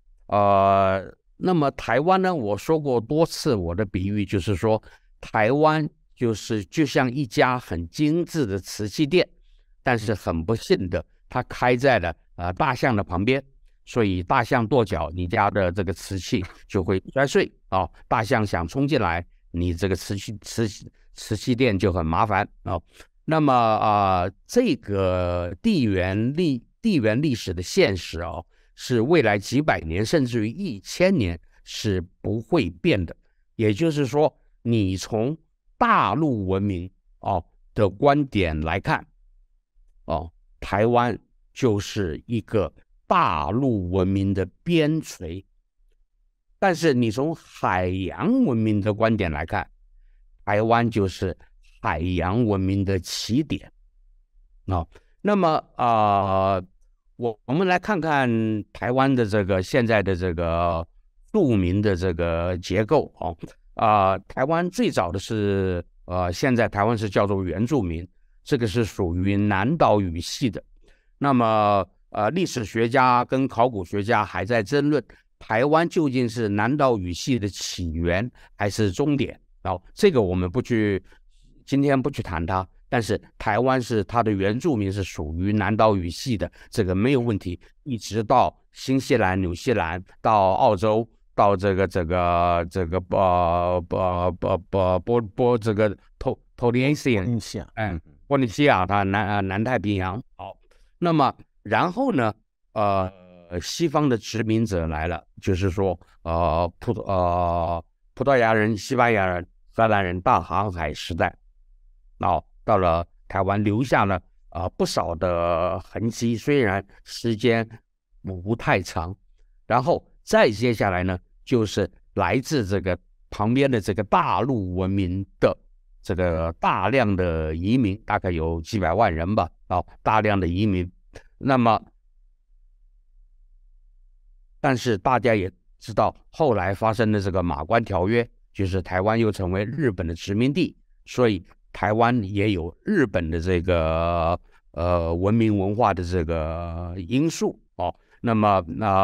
么台湾呢，我说过多次，我的比喻就是说，台湾就像一家很精致的瓷器店，但是很不幸的，它开在了大象的旁边， 所以大象跺脚，你家的这个瓷器就会摔碎啊。大象想冲进来，你这个瓷器店就很麻烦啊。那么这个地缘历史的现实啊，是未来几百年甚至于1000年是不会变的。也就是说，你从大陆文明的观点来看，台湾就是一个大陆文明的边陲，但是你从海洋文明的观点来看，台湾就是海洋文明的起点。那么我们来看看台湾的这个现在的这个住民的这个结构台湾最早的是现在台湾是叫做原住民，这个是属于南岛语系的。那么历史学家跟考古学家还在争论台湾究竟是南岛语系的起源还是终点。这个我们今天不去谈它，但是台湾是它的原住民是属于南岛语系的，这个没有问题。一直到新西兰、纽西兰，到澳洲，到这个波利西亚，它南太平洋。好，那么然后呢，西方的殖民者来了，就是说葡萄牙人、西班牙人、荷兰人大航海时代，到了台湾留下了不少的痕迹，虽然时间不太长。然后再接下来呢，就是来自这个旁边的这个大陆文明的这个大量的移民，大概有几百万人吧，大量的移民。那么但是大家也知道，后来发生的这个马关条约，就是台湾又成为日本的殖民地，所以台湾也有日本的这个文明文化的这个因素那么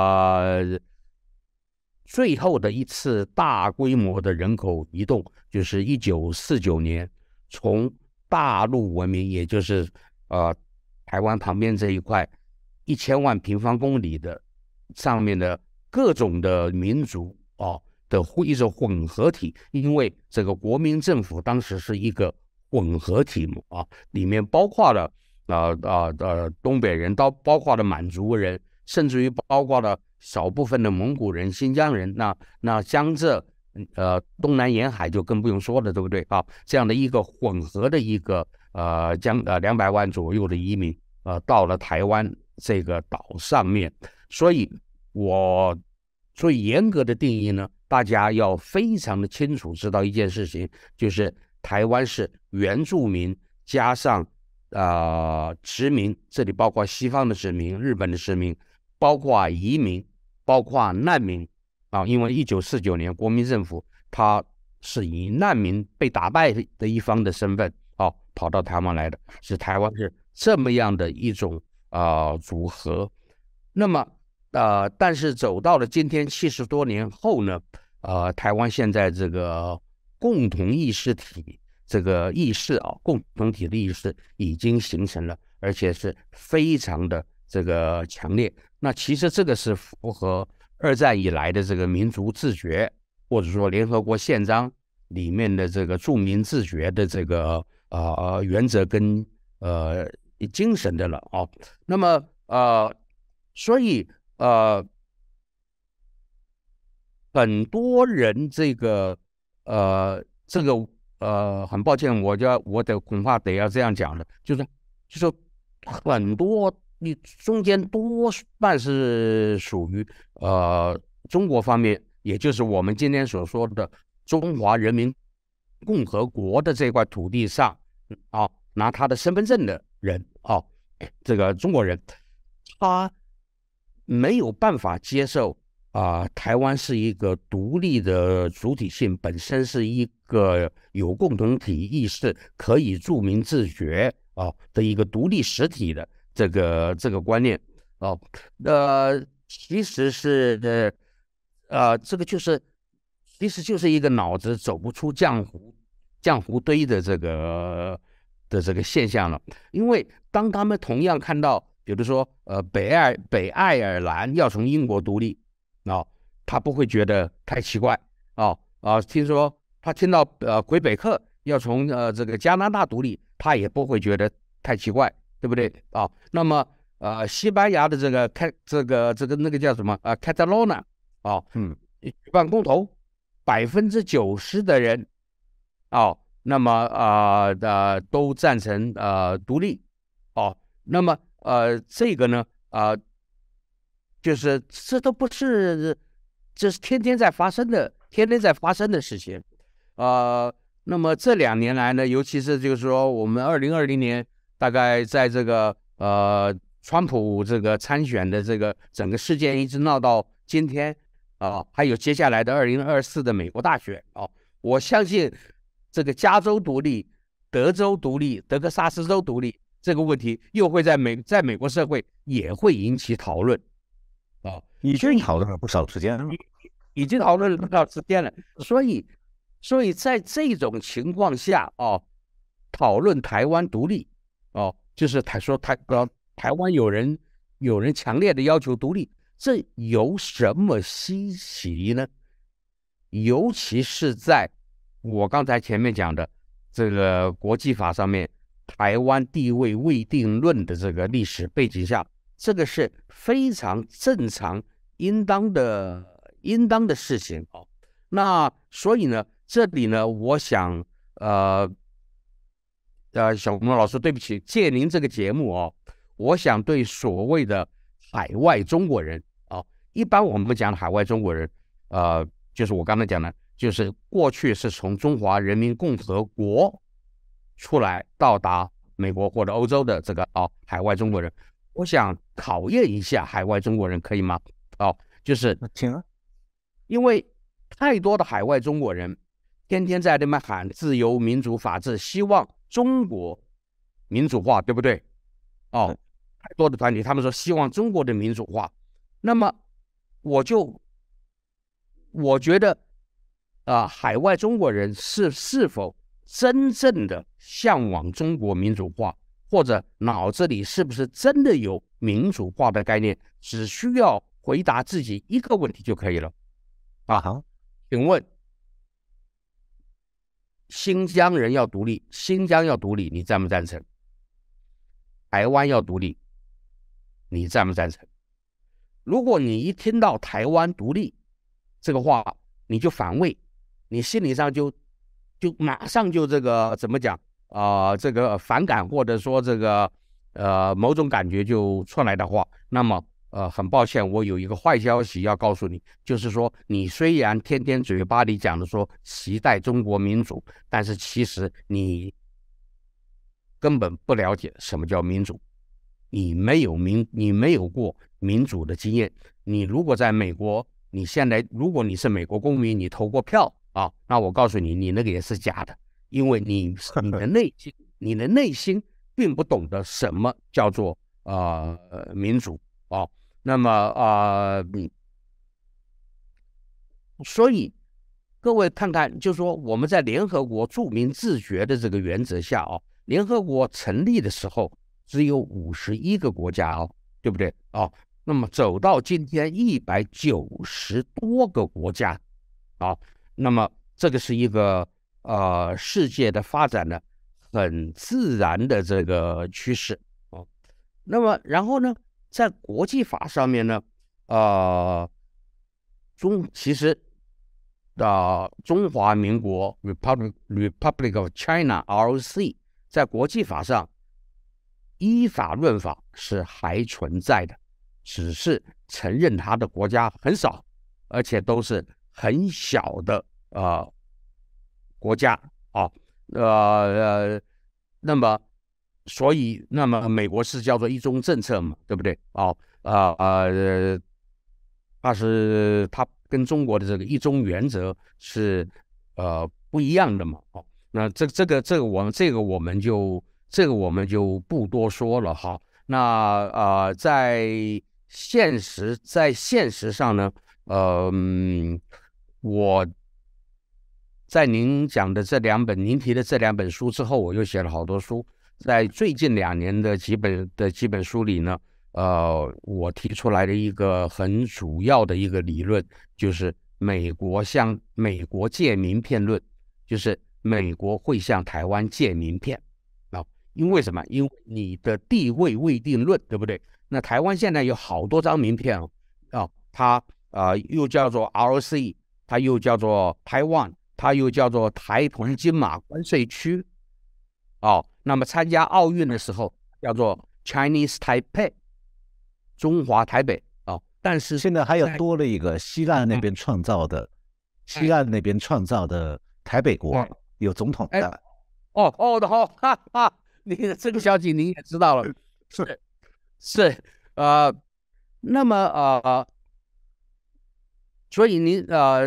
最后的一次大规模的人口移动，就是1949年，从大陆文明，也就是台湾旁边这一块1000万平方公里的上面的各种的民族的一种混合体，因为这个国民政府当时是一个混合体里面包括了东北人，包括了满族人，甚至于包括了少部分的蒙古人、新疆人，那江浙东南沿海就更不用说了，对不对这样的一个混合的一个200万左右的移民到了台湾这个岛上面。所以最严格的定义呢，大家要非常的清楚知道一件事情，就是台湾是原住民加上殖民，这里包括西方的殖民、日本的殖民，包括移民，包括难民因为1949年国民政府他是以难民被打败的一方的身份跑到台湾来的，是台湾是这么样的一种组合。那么但是走到了今天70多年后呢，台湾现在这个共同意识体这个意识共同体的意识已经形成了，而且是非常的这个强烈。那其实这个是符合2战以来的这个民族自觉，或者说联合国宪章里面的这个住民自觉的这个原则跟精神的了那么所以很多人很抱歉，我得恐怕得要这样讲的，就是很多你中间多半是属于中国方面，也就是我们今天所说的中华人民共和国的这块土地上拿他的身份证的人这个中国人，他没有办法接受台湾是一个独立的主体性，本身是一个有共同体意识、可以住民自觉的一个独立实体的这个观念其实是这个其实就是一个脑子走不出浆糊堆的这个现象了。因为当他们同样看到比如说北爱尔兰要从英国独立他不会觉得太奇怪听说他听到魁北克要从这个加拿大独立，他也不会觉得太奇怪，对不对那么西班牙的这个那个叫什么Catalonia举办公投，90%的人那么都赞成独立那么这个呢就是这都不是，这是天天在发生的事情那么这2年来呢，尤其是就是说我们2020年大概在这个川普这个参选的这个整个事件一直闹到今天还有接下来的2024的美国大选我相信这个加州独立、德州独立、德克萨斯州独立这个问题又会在美国社会也会引起讨论已经讨论了不少时间了， 已经讨论了不少时间了，所以在这种情况下讨论台湾独立就是说台湾有人强烈的要求独立，这有什么稀奇呢？尤其是在我刚才前面讲的这个国际法上面，台湾地位未定论的这个历史背景下，这个是非常正常应当的事情那所以呢，这里呢，我想小红老师，对不起，借您这个节目我想对所谓的海外中国人一般我们讲海外中国人就是我刚才讲的，就是过去是从中华人民共和国出来到达美国或者欧洲的这个海外中国人，我想考验一下海外中国人，可以吗？就是请啊， 因为太多的海外中国人天天在那边喊自由、民主、法治，希望中国民主化，对不对？太多的团体他们说希望中国的民主化，那么我觉得海外中国人是否真正的向往中国民主化，或者脑子里是不是真的有民主化的概念，只需要回答自己一个问题就可以了好， 请问新疆人要独立，新疆要独立，你赞不赞成？台湾要独立，你赞不赞成？如果你一听到台湾独立这个话，你就反胃，你心理上就马上就这个怎么讲这个反感，或者说这个某种感觉就出来的话，那么很抱歉，我有一个坏消息要告诉你，就是说你虽然天天嘴巴里讲的说期待中国民主，但是其实你根本不了解什么叫民主，你没有过民主的经验。你如果在美国，你现在如果你是美国公民，你投过票那我告诉你，你那个也是假的，因为你的内心并不懂得什么叫做民主那么所以各位看看，就是说我们在联合国著名自决的这个原则下联合国成立的时候只有51个国家对不对那么走到今天190多个国家那么这个是一个世界的发展的很自然的这个趋势那么然后呢，在国际法上面呢其实中华民国 Republic of China ROC 在国际法上依法论法是还存在的，只是承认它的国家很少，而且都是很小的国家那么所以那么美国是叫做一中政策嘛，对不对它跟中国的这个一中原则是不一样的嘛那这个我们就不多说了那在现实上呢我在您讲的您提的这2本书之后，我又写了好多书。在最近2年的几本书里呢我提出来的一个很主要的一个理论，就是美国向美国借名片论，就是美国会向台湾借名片啊，因为什么？因为你的地位未定论，对不对？那台湾现在有好多张名片它又叫做 ROC， 它又叫做台湾，它又叫做台澎金马关税区那么参加奥运的时候叫做 Chinese Taipei， 中华台北但是现在还有多了一个西岸那边创造的，台北国有总统的。 好，哈哈，你这个消息你也知道了，是那么所以您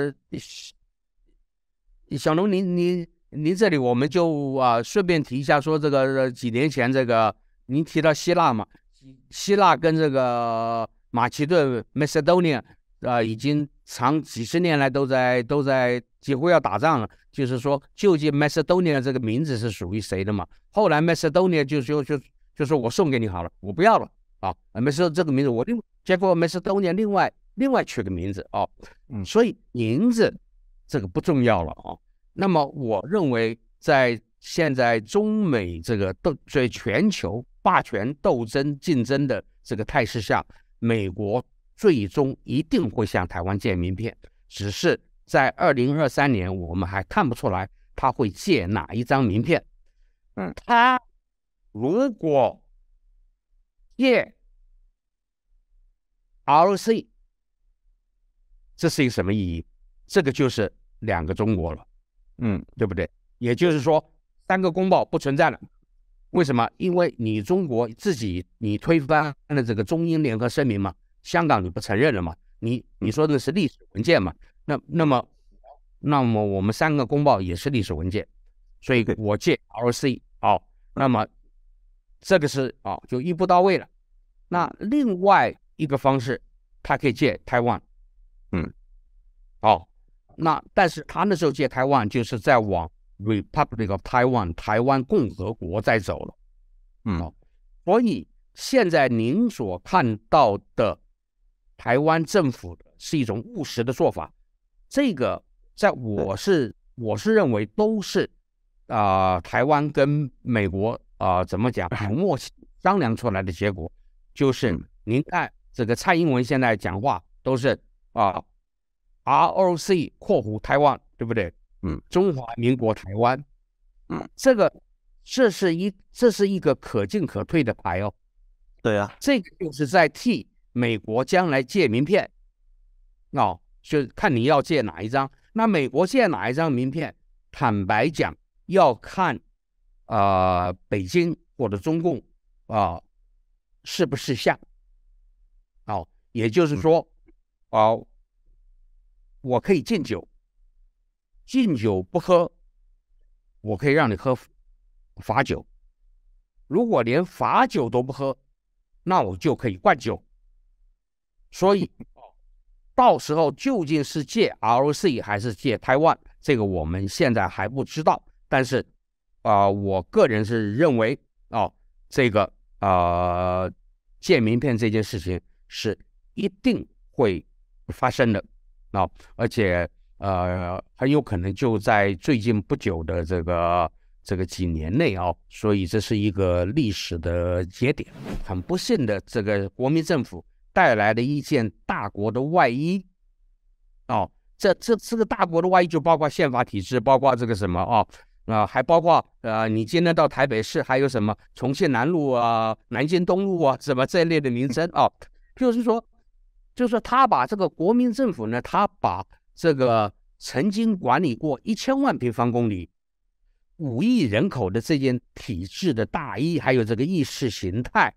小龙，您这里我们就顺便提一下，说这个几年前这个您提到希腊嘛，希腊跟这个马其顿 Macedonia 已经几十年来都在几乎要打仗了，就是说究竟 Macedonia 这个名字是属于谁的嘛？后来 Macedonia 就说我送给你好了，我不要了Macedonia 这个名字结果 Macedonia 另外取个名字所以名字这个不重要了那么我认为在现在中美这个在全球霸权斗争竞争的这个态势下，美国最终一定会向台湾借名片，只是在2023年我们还看不出来他会借哪一张名片。他如果借 ROC， 这是一个什么意义？这个就是2个中国了，对不对？也就是说3个公报不存在了。为什么？因为你中国自己你推翻了这个中英联合声明嘛，香港你不承认了嘛，你说的是历史文件嘛，那么我们3个公报也是历史文件，所以我借 ROC 那么这个是就一步到位了。那另外一个方式，他可以借台湾，那但是他那时候借台湾就是在往 Republic of Taiwan 台湾共和国在走了，所以现在您所看到的台湾政府是一种务实的做法，这个在我是认为都是台湾跟美国怎么讲有默契商量出来的结果，就是您看这个蔡英文现在讲话都是ROC 括弧台湾，对不对？中华民国台湾，这是一个可进可退的牌对啊， 这个就是在替美国将来借名片就看你要借哪一张。那美国借哪一张名片，坦白讲要看北京或者中共是不是像也就是说我可以禁酒不喝，我可以让你喝罚酒，如果连罚酒都不喝，那我就可以灌酒。所以到时候究竟是借 ROC 还是借台湾，这个我们现在还不知道，但是我个人是认为这个借名片这件事情是一定会发生的而且很有可能就在最近不久的这个几年内所以这是一个历史的节点。很不幸的，这个国民政府带来的一件大国的外衣这个大国的外衣就包括宪法体制，包括这个什么还包括你今天到台北市还有什么重庆南路南京东路什么这类的名称就是说他把这个国民政府呢，他把这个曾经管理过1000万平方公里5亿人口的这件体制的大衣，还有这个意识形态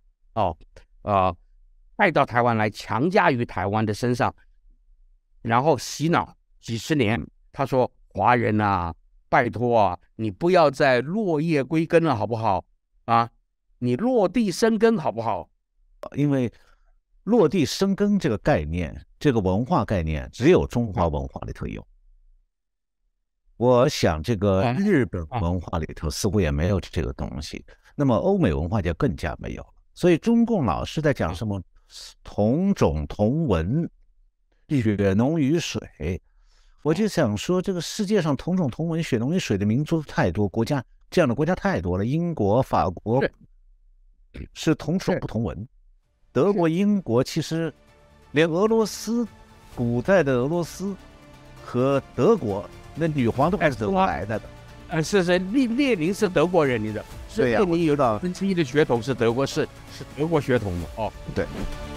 带到台湾来，强加于台湾的身上，然后洗脑几十年。他说华人拜托你不要再落叶归根了好不好你落地生根好不好？ 因为落地生根这个概念，这个文化概念只有中华文化里头有，我想这个日本文化里头似乎也没有这个东西，那么欧美文化就更加没有了。 所以中共老是在讲什么同种同文、血浓于水。我就想说，这个世界上同种同文、血浓于水的民族太多，国家这样的国家太多了。英国、法国是同种不同文，德国、英国其实连俄罗斯，古代的俄罗斯和德国，那女皇都是德国来的。 是列宁是德国人，你的， 对呀， 列宁有1/3的血统是德国，是德国血统的哦。 对。